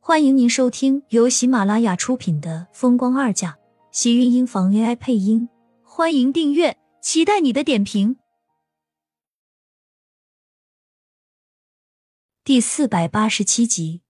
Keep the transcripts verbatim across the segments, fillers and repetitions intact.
欢迎您收听由喜马拉雅出品的《风光二嫁》，喜运音房 A I 配音。欢迎订阅，期待你的点评。第四百八十七集。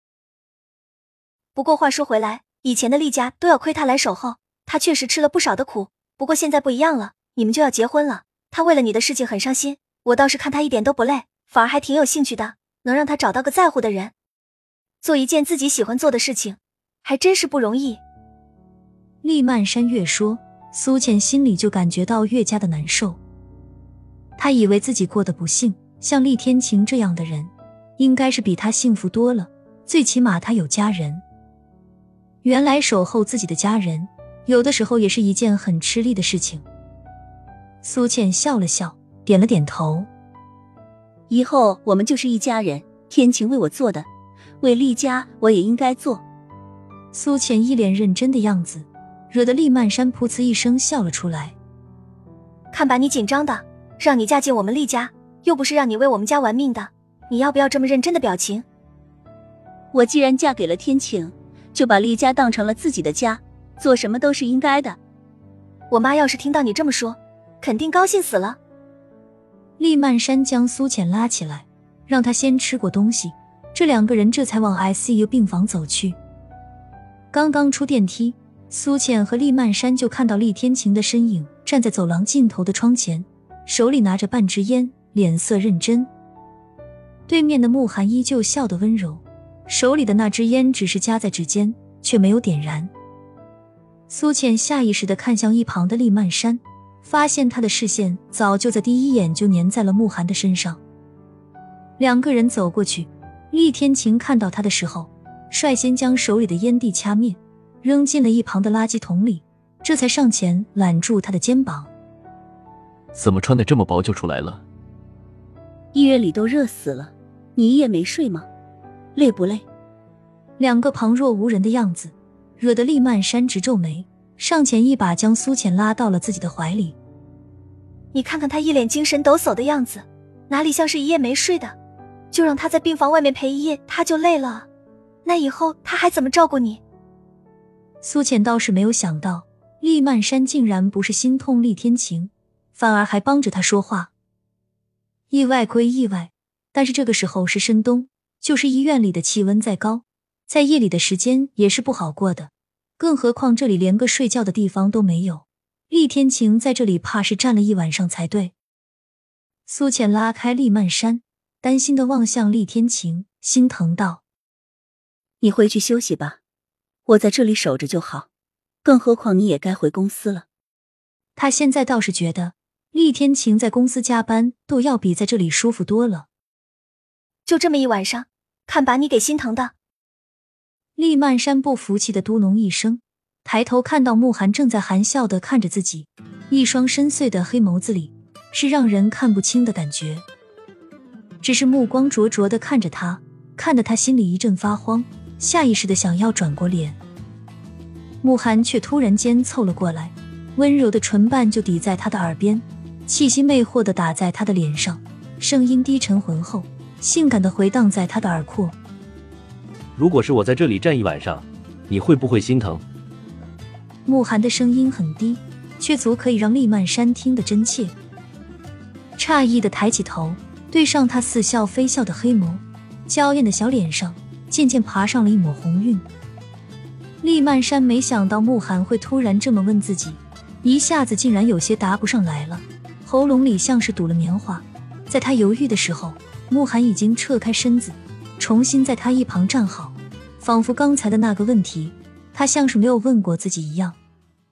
不过话说回来，以前的厉家都要亏他来守候，他确实吃了不少的苦。不过现在不一样了，你们就要结婚了，他为了你的事情很伤心，我倒是看他一点都不累，反而还挺有兴趣的，能让他找到个在乎的人。做一件自己喜欢做的事情，还真是不容易。 厉曼山越说，苏倩心里就感觉到越加的难受。她以为自己过得不幸，像厉天晴这样的人，应该是比她幸福多了，最起码她有家人。原来守候自己的家人，有的时候也是一件很吃力的事情。苏倩笑了笑，点了点头。 以后我们就是一家人，天晴为我做的，为厉家我也应该做。 苏倩一脸认真的样子，惹得厉曼山噗呲一声笑了出来。 看把你紧张的，让你嫁进我们厉家，又不是让你为我们家玩命的，你要不要这么认真的表情？ 我既然嫁给了天晴，就把厉家当成了自己的家，做什么都是应该的。 我妈要是听到你这么说，肯定高兴死了。 厉曼山将苏倩拉起来，让她先吃过东西，这两个人这才往 I C U 病房走去。刚刚出电梯，苏倩和厉曼山就看到厉天晴的身影站在走廊尽头的窗前，手里拿着半支烟，脸色认真。对面的慕寒依旧笑得温柔，手里的那支烟只是夹在指尖，却没有点燃。苏倩下意识地看向一旁的厉曼山，发现他的视线早就在第一眼就粘在了慕寒的身上。两个人走过去，厉天晴看到他的时候，率先将手里的烟蒂掐灭，扔进了一旁的垃圾桶里，这才上前揽住他的肩膀。 怎么穿得这么薄就出来了？ 医院里都热死了，你一夜没睡吗？累不累？ 两个旁若无人的样子，惹得厉曼山直皱眉，上前一把将苏倩拉到了自己的怀里。 你看看他一脸精神抖擞的样子，哪里像是一夜没睡的？就让他在病房外面陪一夜，他就累了，那以后他还怎么照顾你？ 苏倩倒是没有想到，厉曼山竟然不是心痛厉天晴，反而还帮着他说话。意外归意外，但是这个时候是深冬，就是医院里的气温再高，在夜里的时间也是不好过的，更何况这里连个睡觉的地方都没有，厉天晴在这里怕是站了一晚上才对。苏倩拉开厉曼山，担心地望向厉天晴，心疼道： 你回去休息吧，我在这里守着就好，更何况你也该回公司了。 他现在倒是觉得厉天晴在公司加班都要比在这里舒服多了。 就这么一晚上，看把你给心疼的。 厉曼山不服气地嘟哝一声，抬头看到慕寒正在含笑地看着自己，一双深邃的黑眸子里是让人看不清的感觉，只是目光灼灼地看着他，看得他心里一阵发慌，下意识地想要转过脸。慕寒却突然间凑了过来，温柔的唇瓣就抵在他的耳边，气息魅惑地打在他的脸上，声音低沉浑厚，性感地回荡在他的耳廓。 如果是我在这里站一晚上，你会不会心疼？ 慕寒的声音很低，却足可以让厉曼山听得真切。诧异地抬起头，对上他似笑非笑的黑眸，娇艳的小脸上渐渐爬上了一抹红晕。厉曼山没想到慕寒会突然这么问自己，一下子竟然有些答不上来了，喉咙里像是堵了棉花。在他犹豫的时候，慕寒已经撤开身子，重新在他一旁站好，仿佛刚才的那个问题他像是没有问过自己一样。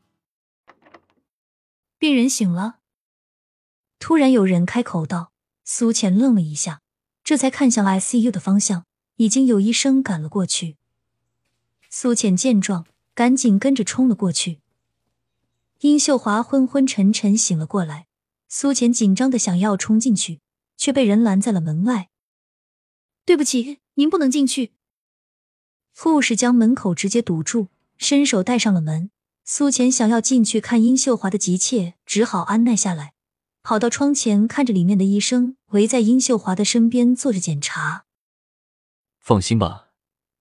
病人醒了。突然有人开口道，苏倩愣了一下，这才看向 I C U 的方向，已经有医生赶了过去。苏倩见状，赶紧跟着冲了过去。殷秀华昏昏沉沉醒了过来，苏倩紧张的想要冲进去，却被人拦在了门外。 对不起，您不能进去。 护士将门口直接堵住，伸手带上了门。苏倩想要进去看殷秀华的急切，只好按耐下来，跑到窗前看着里面的医生围在殷秀华的身边做着检查。 放心吧，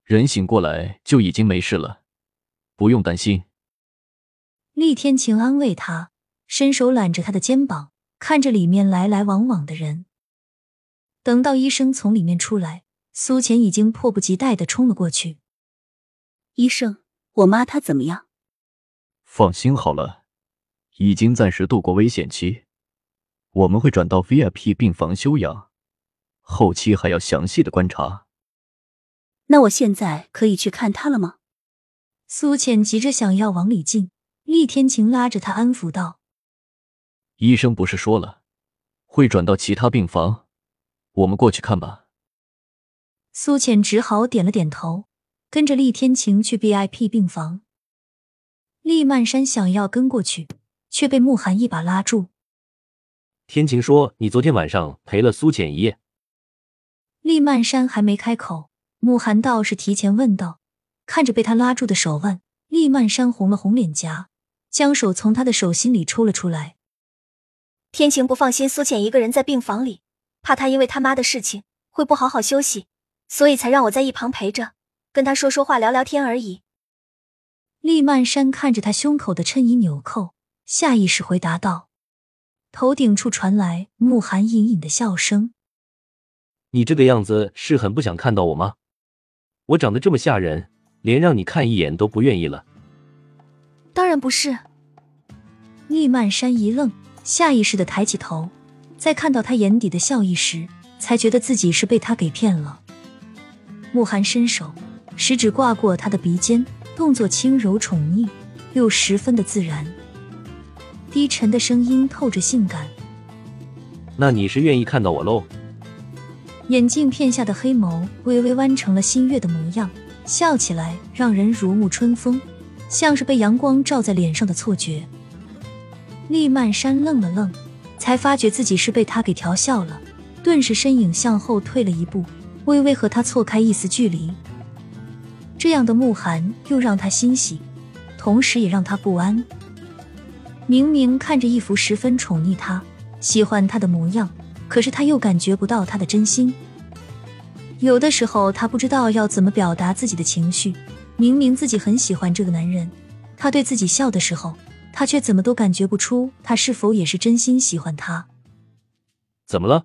人醒过来就已经没事了，不用担心。 厉天晴安慰他，伸手揽着他的肩膀，看着里面来来往往的人。等到医生从里面出来，苏浅已经迫不及待地冲了过去。 医生，我妈她怎么样？ 放心好了，已经暂时度过危险期，我们会转到 V I P 病房休养，后期还要详细的观察。 那我现在可以去看她了吗？ 苏浅急着想要往里进，厉天晴拉着他安抚道： 医生不是说了，会转到其他病房，我们过去看吧。 苏浅只好点了点头，跟着厉天晴去 V I P 病房。厉曼山想要跟过去，却被慕寒一把拉住。 天晴说你昨天晚上陪了苏浅一夜。 厉曼山还没开口，慕寒倒是提前问道。看着被他拉住的手腕，厉曼山红了红脸颊，将手从他的手心里抽了出来。 天晴不放心苏浅一个人在病房里，怕他因为他妈的事情会不好好休息，所以才让我在一旁陪着，跟他说说话聊聊天而已。 厉曼山看着他胸口的衬衣纽扣，下意识回答道。头顶处传来慕寒隐隐的笑声。 你这个样子是很不想看到我吗？我长得这么吓人，连让你看一眼都不愿意了。 当然不是。 厉曼山一愣，下意识地抬起头，在看到他眼底的笑意时，才觉得自己是被他给骗了。慕寒伸手，食指挂过他的鼻尖，动作轻柔宠溺，又十分的自然。低沉的声音透着性感。 那你是愿意看到我喽？ 眼镜片下的黑眸微微弯成了新月的模样，笑起来让人如沐春风，像是被阳光照在脸上的错觉。厉曼山愣了愣，才发觉自己是被他给调笑了，顿时身影向后退了一步，微微和他错开一丝距离。这样的慕寒又让他欣喜，同时也让他不安。明明看着一副十分宠溺他、喜欢他的模样，可是他又感觉不到他的真心。有的时候他不知道要怎么表达自己的情绪，明明自己很喜欢这个男人，他对自己笑的时候，他却怎么都感觉不出他是否也是真心喜欢他。 怎么了？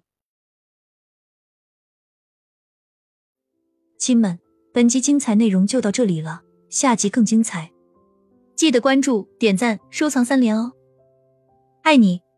亲们，本集精彩内容就到这里了，下集更精彩，记得关注、点赞、收藏三连哦！爱你。